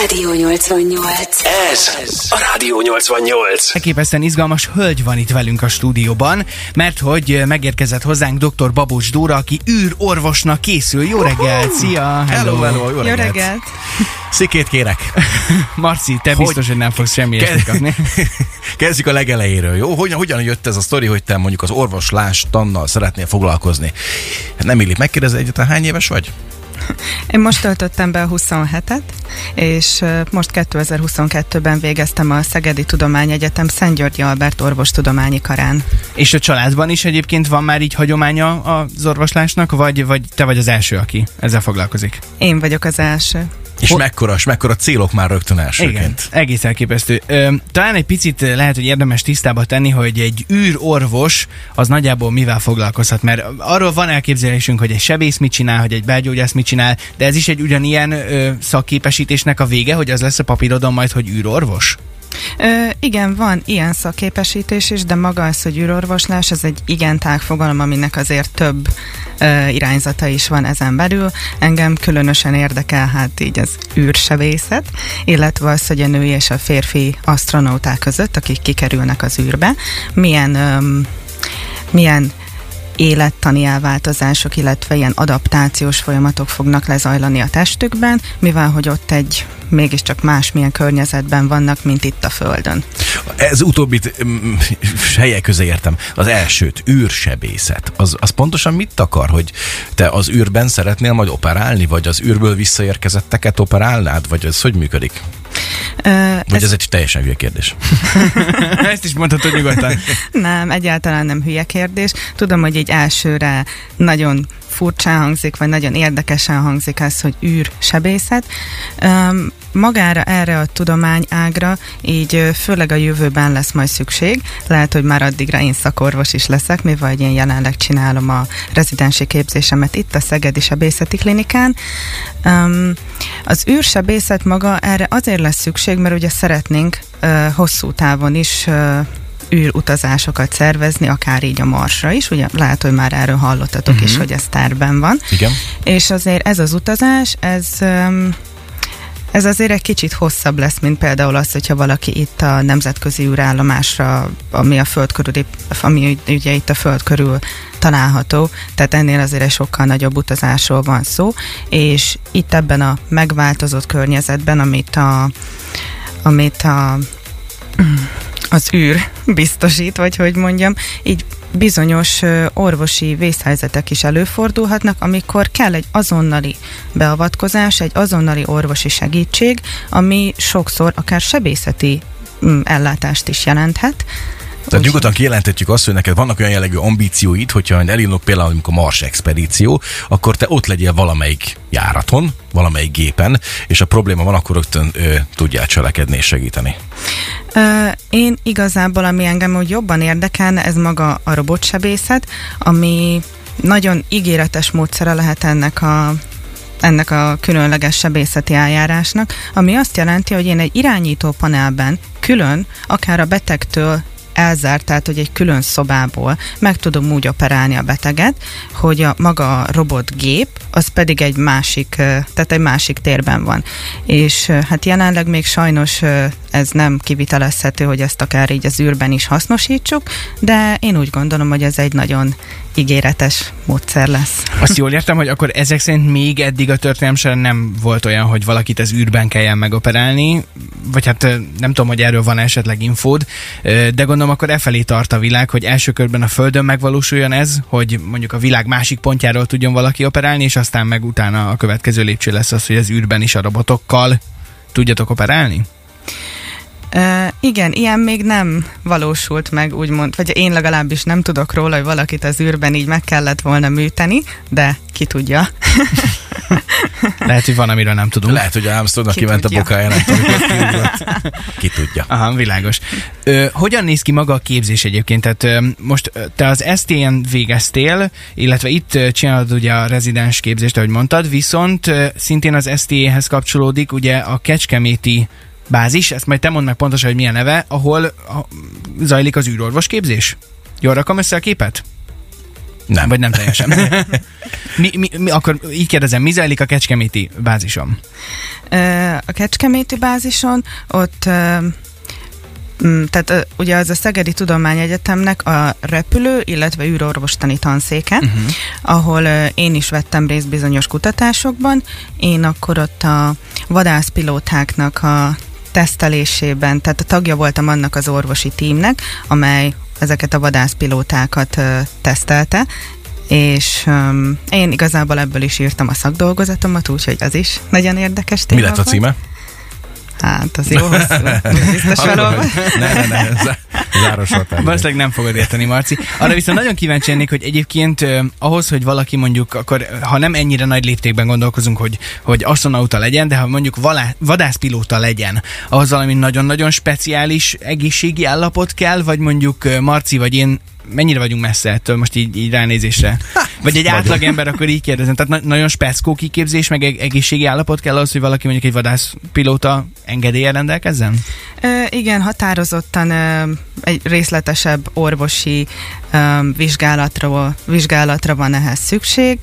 Rádió 88. Ez a Rádió 88. Elképesztően izgalmas hölgy van itt velünk a stúdióban, mert hogy megérkezett hozzánk dr. Babos Dóra, aki űrorvosnak készül. Jó reggelt, szia! Hello, jó reggelt! Szikét kérek. Marci, te biztos, hogy nem fogsz semmi ilyesmit kapni. Kezdjük a legelejéről, jó? Hogyan jött ez a sztori, hogy te mondjuk az orvoslás tannal szeretnél foglalkozni? Nem illik megkérdezni egyáltalán, hány éves vagy? Én most töltöttem be a 27-et, és most 2022-ben végeztem a Szegedi Tudományegyetem Szent Györgyi Albert orvostudományi karán. És a családban is egyébként van már így hagyománya az orvoslásnak, vagy te vagy az első, aki ezzel foglalkozik? Én vagyok az első. És mekkora célok már rögtön elsőként. Igen, egész elképesztő. Talán egy picit lehet, hogy érdemes tisztába tenni, hogy egy űrorvos az nagyjából mivel foglalkozhat, mert arról van elképzelésünk, hogy egy sebész mit csinál, hogy egy belgyógyász mit csinál, de ez is egy ugyanilyen szakképesítésnek a vége, hogy az lesz a papírodon majd, hogy űrorvos? Igen, van ilyen szakképesítés is, de maga az, hogy űrorvoslás, ez egy igen tág fogalom, aminek azért több irányzata is van ezen belül. Engem különösen érdekel hát így az űrsebészet, illetve az, hogy a női és a férfi asztronauták között, akik kikerülnek az űrbe, milyen élettani elváltozások, illetve ilyen adaptációs folyamatok fognak lezajlani a testükben, mivel hogy ott mégiscsak másmilyen környezetben vannak, mint itt a Földön. Ez utóbbit helyek közé értem. Az elsőt, űrsebészet. Az pontosan mit akar, hogy te az űrben szeretnél majd operálni, vagy az űrből visszaérkezetteket operálnád, vagy ez hogy működik? Vagy ez egy teljesen hülye kérdés? Ezt is mondhatod nyugodtan. Nem, egyáltalán nem hülye kérdés. Tudom, hogy egy elsőre nagyon furcsán hangzik, vagy nagyon érdekesen hangzik az, hogy űrsebészet. Magára, erre a tudományágra így főleg a jövőben lesz majd szükség. Lehet, hogy már addigra én szakorvos is leszek, mivel én jelenleg csinálom a rezidensi képzésemet itt a Szegedi Sebészeti Klinikán. Az űrsebészet maga erre azért lesz szükség, mert ugye szeretnénk hosszú távon is űrutazásokat szervezni, akár így a Marsra is, ugye lehet, hogy már erről hallottatok is, hogy ez tervben van. Igen. És azért ez az utazás, ez azért egy kicsit hosszabb lesz, mint például az, hogyha valaki itt a nemzetközi űrállomásra, ami ugye itt a Föld körül található, tehát ennél azért egy sokkal nagyobb utazásról van szó, és itt ebben a megváltozott környezetben, amit az űr biztosít, vagy hogy mondjam, így bizonyos orvosi vészhelyzetek is előfordulhatnak, amikor kell egy azonnali beavatkozás, egy azonnali orvosi segítség, ami sokszor akár sebészeti ellátást is jelenthet. Tehát nyugodtan kijelenthetjük azt, hogy neked vannak olyan jellegű ambícióid, hogyha elindulok például amikor Mars expedíció, akkor te ott legyél valamelyik járaton, valamelyik gépen, és a probléma van, akkor rögtön tudjál cselekedni és segíteni. Én igazából, ami engem úgy jobban érdekelne, ez maga a robotsebészet, ami nagyon ígéretes módszere lehet ennek a különleges sebészeti eljárásnak, ami azt jelenti, hogy én egy irányító panelben külön, akár a betegtől elzárt, tehát hogy egy külön szobából meg tudom úgy operálni a beteget, hogy a maga a robotgép, az pedig egy másik térben van. És hát jelenleg még sajnos ez nem kivitelezhető, hogy ezt akár így az űrben is hasznosítsuk, de én úgy gondolom, hogy ez egy nagyon ígéretes módszer lesz. Azt jól értem, hogy akkor ezek szerint még eddig a történelem során nem volt olyan, hogy valakit az űrben kelljen megoperálni, vagy hát nem tudom, hogy erről van esetleg infód, de gondolom akkor efelé tart a világ, hogy első körben a Földön megvalósuljon ez, hogy mondjuk a világ másik pontjáról tudjon valaki operálni, és aztán meg utána a következő lépcső lesz az, hogy az űrben is a robotokkal tudjatok operálni? Igen, ilyen még nem valósult meg, úgymond, vagy én legalábbis nem tudok róla, hogy valakit az űrben így meg kellett volna műteni, de ki tudja. Lehet, hogy van, amiről nem tudunk. Lehet, hogy Armstrongnak kiment a bokája, nem tudom, ki tudja. Aha, világos. Hogyan néz ki maga a képzés egyébként? Tehát most te az STN végeztél, illetve itt csinálod ugye a rezidens képzést, ahogy mondtad, viszont szintén az STA-hez kapcsolódik ugye a kecskeméti bázis, ezt majd te mondd meg pontosan, hogy milyen neve, ahol zajlik az űrorvos képzés. Jól rakom össze a képet? Nem. Vagy nem teljesen. Akkor így kérdezem, mi zajlik a kecskeméti bázison? A kecskeméti bázison ott... Tehát ugye az a Szegedi Tudományegyetemnek a repülő, illetve űrorvostani tanszéke, ahol én is vettem részt bizonyos kutatásokban. Én akkor ott a vadászpilótáknak a tesztelésében, tehát a tagja voltam annak az orvosi tímnek, amely ezeket a vadászpilótákat tesztelte, és én igazából ebből is írtam a szakdolgozatomat, úgyhogy az is nagyon érdekes téma. Mi lett a címe? Hát, az jó hosszú. Biztos felolva. Ne, záros hatály. Valószínűleg nem fogod érteni, Marci. Arra viszont nagyon kíváncsi lennék, hogy egyébként ahhoz, hogy valaki mondjuk, akkor ha nem ennyire nagy léptékben gondolkozunk, hogy asztronauta legyen, de ha mondjuk vadászpilóta legyen, ahhoz valami nagyon-nagyon speciális egészségi állapot kell, vagy mondjuk Marci vagy én mennyire vagyunk messze ettől most így ránézésre? Vagy egy átlagember, akkor így kérdezem. Tehát nagyon speckó kiképzés, meg egészségi állapot kell ahhoz, hogy valaki mondjuk egy vadászpilóta engedéllyel rendelkezzen? Igen, határozottan egy részletesebb orvosi vizsgálatra van ehhez szükség.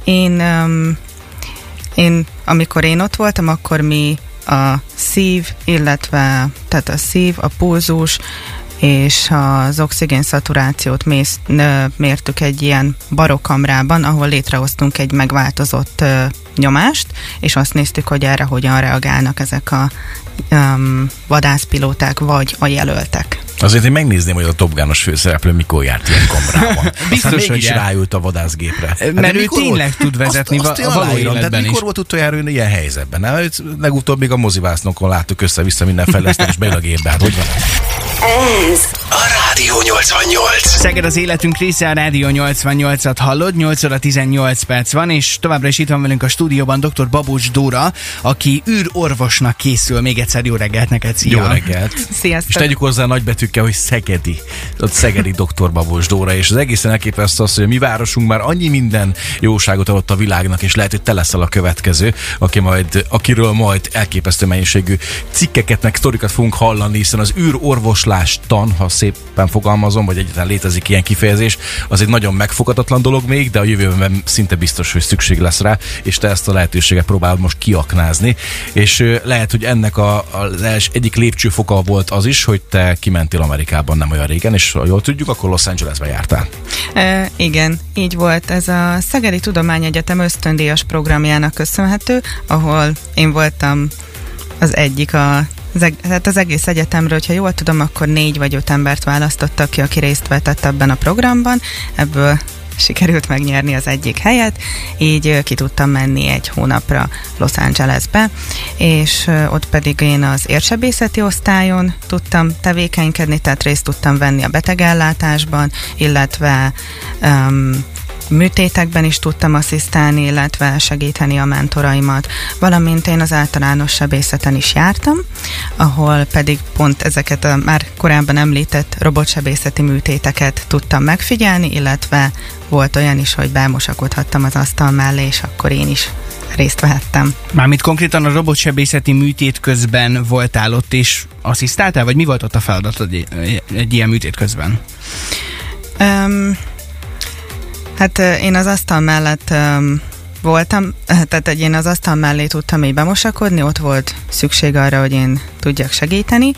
Amikor én ott voltam, akkor mi a szív, illetve tehát a szív, a pulzus, és az oxigén szaturációt mértük egy ilyen barokkamrában, ahol létrehoztunk egy megváltozott nyomást, és azt néztük, hogy erre hogyan reagálnak ezek a vadászpilóták vagy a jelöltek. Azért én megnézném, hogy a Top Gun-os főszereplő mikor járt ilyen kamrában. Biztos, hogy is hogy ráült a vadászgépre. Mert ő tényleg tud vezetni a való életben is. Mikor volt utoljára ilyen helyzetben? Legutóbb még a mozivásznokon láttuk össze-vissza minden fejlesztést, és beül a gépbe. Hát hogy van? Ez a Rádió 88. Szeged az életünk része, a Rádió 88-at hallod, 8 óra 18 perc van, és továbbra is itt van velünk a stúdióban dr. Babos Dóra, aki űrorvosnak készül. Még egyszer jó reggelt neked, szia! Jó reggelt! Sziasztok! És tegyük hozzá nagybetűkkel, hogy szegedi. Ott szegedi dr. Babos Dóra, és az egészen elképesztő az, hogy a mi városunk már annyi minden jóságot adott a világnak, és lehet, hogy te leszel a következő, akiről majd elképesztő mennyiségű cikkeket, meg sztorikat fogunk hallani, hiszen az űrorvoslást-tan, ha szépen fogalmazom, vagy egyáltalán létezik ilyen kifejezés, az egy nagyon megfoghatatlan dolog még, de a jövőben szinte biztos, hogy szükség lesz rá, és te ezt a lehetőséget próbálod most kiaknázni. És lehet, hogy ennek az egyik lépcsőfoka volt az is, hogy te kimentél Amerikában nem olyan régen, és ha jól tudjuk, akkor Los Angelesbe jártál. Igen, így volt. Ez a Szegedi Tudományegyetem ösztöndíjas programjának köszönhető, ahol én voltam az egyik tehát az egész egyetemről, hogyha jól tudom, akkor 4 vagy 5 embert választottak ki, aki részt vetett ebben a programban. Ebből sikerült megnyerni az egyik helyet, így ki tudtam menni 1 hónapra Los Angelesbe, és ott pedig én az érsebészeti osztályon tudtam tevékenykedni, tehát részt tudtam venni a betegellátásban, illetve műtétekben is tudtam asszisztálni, illetve segíteni a mentoraimat, valamint én az általános sebészeten is jártam, ahol pedig pont ezeket a már korábban említett robotsebészeti műtéteket tudtam megfigyelni, illetve volt olyan is, hogy bemosakodhattam az asztal mellé, és akkor én is részt vehettem. Mármint konkrétan a robotsebészeti műtét közben voltál ott és asszisztáltál, vagy mi volt ott a feladatod egy ilyen műtét közben? Hát én az asztal mellett voltam, tehát én az asztal mellé tudtam így bemosakodni, ott volt szükség arra, hogy én tudjak segíteni.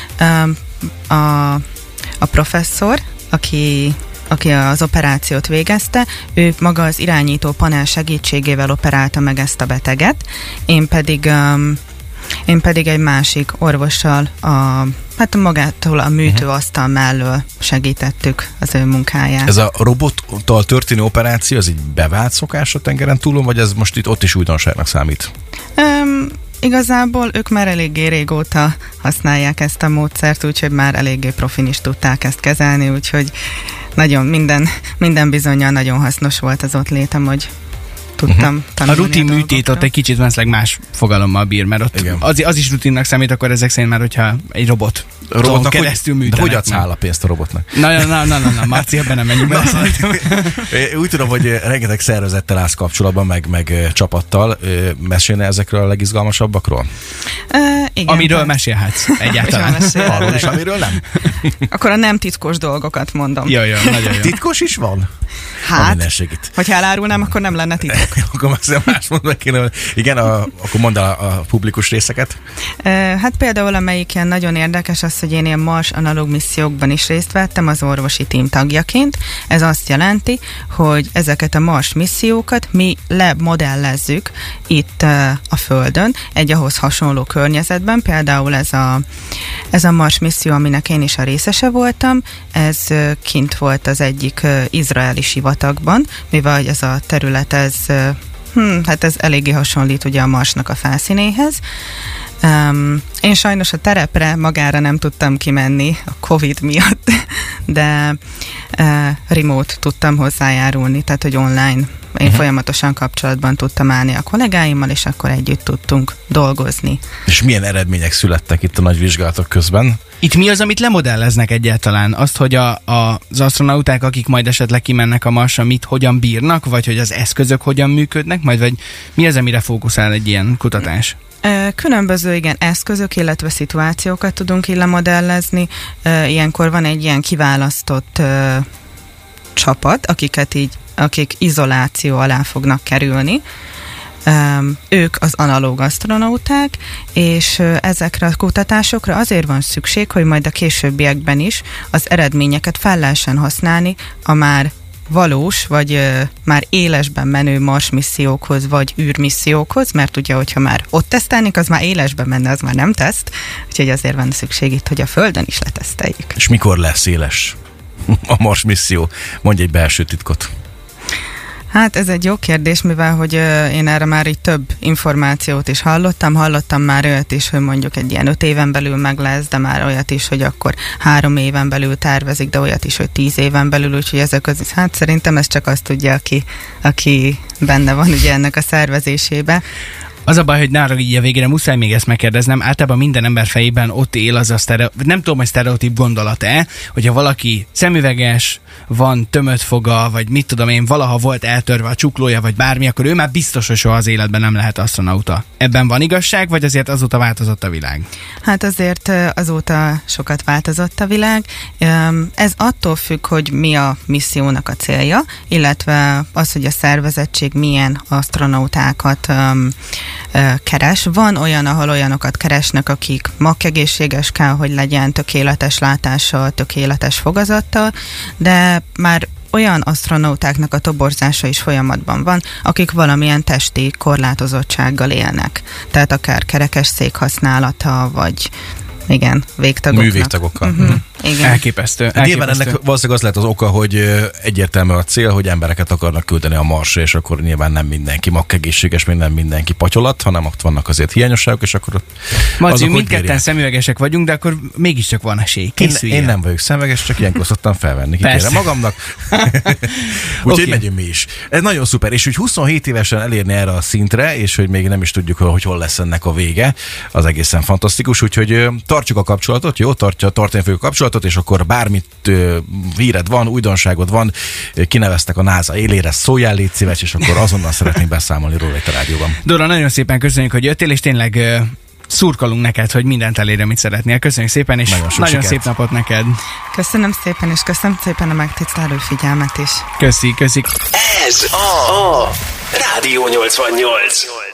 A professzor, aki az operációt végezte, ő maga az irányító panel segítségével operálta meg ezt a beteget, én pedig egy másik orvossal magától a műtőasztal mellől segítettük az ő munkáját. Ez a robottal történő operáció, az így bevált szokás a tengeren túlon, vagy ez most itt ott is újdonságnak számít? Igazából ők már eléggé régóta használják ezt a módszert, úgyhogy már eléggé profin is tudták ezt kezelni, úgyhogy nagyon minden bizonnyal nagyon hasznos volt az ott létem, hogy tudtam tanulni. A rutin műtét ott egy kicsit valószínűleg más fogalommal bír, mert ott az is rutinnak számít, akkor ezek szerint már, hogyha egy robotnak keresztül műtenek. De hogy adsz állapénzt a robotnak? Na, Marci, ebben nem menjünk bele. Úgy tudom, hogy rengeteg szervezettel állsz kapcsolatban, meg csapattal. Mesélne ezekről a legizgalmasabbakról? Igen. Amiről mesélhetsz egyáltalán. Arról is, amiről nem. Akkor a nem titkos dolgokat mondom. Jaj, nagyon jó. Titkos is van? Hát, hogyha elárulnám, akkor nem lenne titok. Akkor más mondani kéne. Igen, akkor mondd el a publikus részeket. Hát például amelyik ilyen nagyon érdekes az, hogy én ilyen Mars analóg missziókban is részt vettem az orvosi tím tagjaként. Ez azt jelenti, hogy ezeket a Mars missziókat mi lemodellezzük itt a Földön, egy ahhoz hasonló környezetben. Például ez a Mars misszió, aminek én is a részese voltam, ez kint volt az egyik izraeli sivatagban, mivel ez a terület, hát ez eléggé hasonlít ugye a Marsnak a felszínéhez. Én sajnos a terepre magára nem tudtam kimenni a Covid miatt, de remote tudtam hozzájárulni, tehát hogy online. Én folyamatosan kapcsolatban tudtam állni a kollégáimmal, és akkor együtt tudtunk dolgozni. És milyen eredmények születtek itt a nagy vizsgálatok közben? Itt mi az, amit lemodelleznek egyáltalán? Azt, hogy az asztronauták, akik majd esetleg kimennek a Marsra, hogyan bírnak, vagy hogy az eszközök hogyan működnek, vagy mi az, amire fókuszál egy ilyen kutatás? Különböző eszközök, illetve szituációkat tudunk lemodellezni. Ilyenkor van egy ilyen kiválasztott csapat, akik izoláció alá fognak kerülni. Ők az analóg asztronauták, és ezekre a kutatásokra azért van szükség, hogy majd a későbbiekben is az eredményeket fel lehessen használni a már valós, vagy már élesben menő Mars missziókhoz, vagy űrmissziókhoz, mert ugye, hogyha már ott tesztelnék, az már élesben menne, az már nem teszt, úgyhogy azért van szükség itt, hogy a Földön is leteszteljük. És mikor lesz éles a Mars misszió? Mondj egy belső titkot. Hát ez egy jó kérdés, mivel hogy én erre már így több információt is hallottam már olyat is, hogy mondjuk egy ilyen 5 éven belül meg lesz, de már olyat is, hogy akkor 3 éven belül tervezik, de olyat is, hogy 10 éven belül, úgyhogy ezek között, hát szerintem ez csak azt tudja, aki benne van ugye ennek a szervezésébe. Az a baj, hogy nála így a végére muszáj még ezt megkérdeznem, általában minden ember fejében ott él az a nem tudom, hogy sztereotíp gondolat-e, hogyha valaki szemüveges, van tömött foga, vagy mit tudom én, valaha volt eltörve a csuklója, vagy bármi, akkor ő már biztos, hogy soha az életben nem lehet asztronauta. Ebben van igazság, vagy azért azóta változott a világ? Hát azért azóta sokat változott a világ. Ez attól függ, hogy mi a missziónak a célja, illetve az, hogy a szervezettség milyen asztronautákat keres. Van olyan, ahol olyanokat keresnek, akik makkegészséges kell, hogy legyen, tökéletes látással, tökéletes fogazattal, de már olyan asztronautáknak a toborzása is folyamatban van, akik valamilyen testi korlátozottsággal élnek. Tehát akár kerekesszék használata, vagy igen, végtagoknak. Művégtagokkal. Igen. Elképesztő. Nyilván ennek valószínűleg az lehet az oka, hogy egyértelmű a cél, hogy embereket akarnak küldeni a Marsra, és akkor nyilván nem mindenki makkegészséges, még nem mindenki patyolat, hanem ott vannak azért hiányosságok, és akkor Marci, mindketten szemüvegesek vagyunk, de akkor mégiscsak van esély. Én nem vagyok szemüveges, csak ilyenkor szoktam felvenni. Kikérem magamnak. Úgyhogy megyünk mi is. Ez nagyon szuper, és hogy 27 évesen elérni erre a szintre, és hogy még nem is tudjuk, hogy hol lesz ennek a vége, az egészen fantasztikus, úgyhogy tartsuk a kapcsolatot, jó? Tartani fogjuk a kapcsolatot, és akkor bármit híred van, újdonságod van, kineveztek a NASA élére, szóljál, légy szíves, és akkor azonnal szeretnénk beszámolni róla itt a rádióban. Dóra, nagyon szépen köszönjük, hogy jöttél, és tényleg szurkolunk neked, hogy mindent elérj, amit szeretnél. Köszönjük szépen, és nagyon szép napot neked. Köszönöm szépen, és köszönöm szépen a megtisztelő figyelmet is. Köszi. Ez a Rádió 88.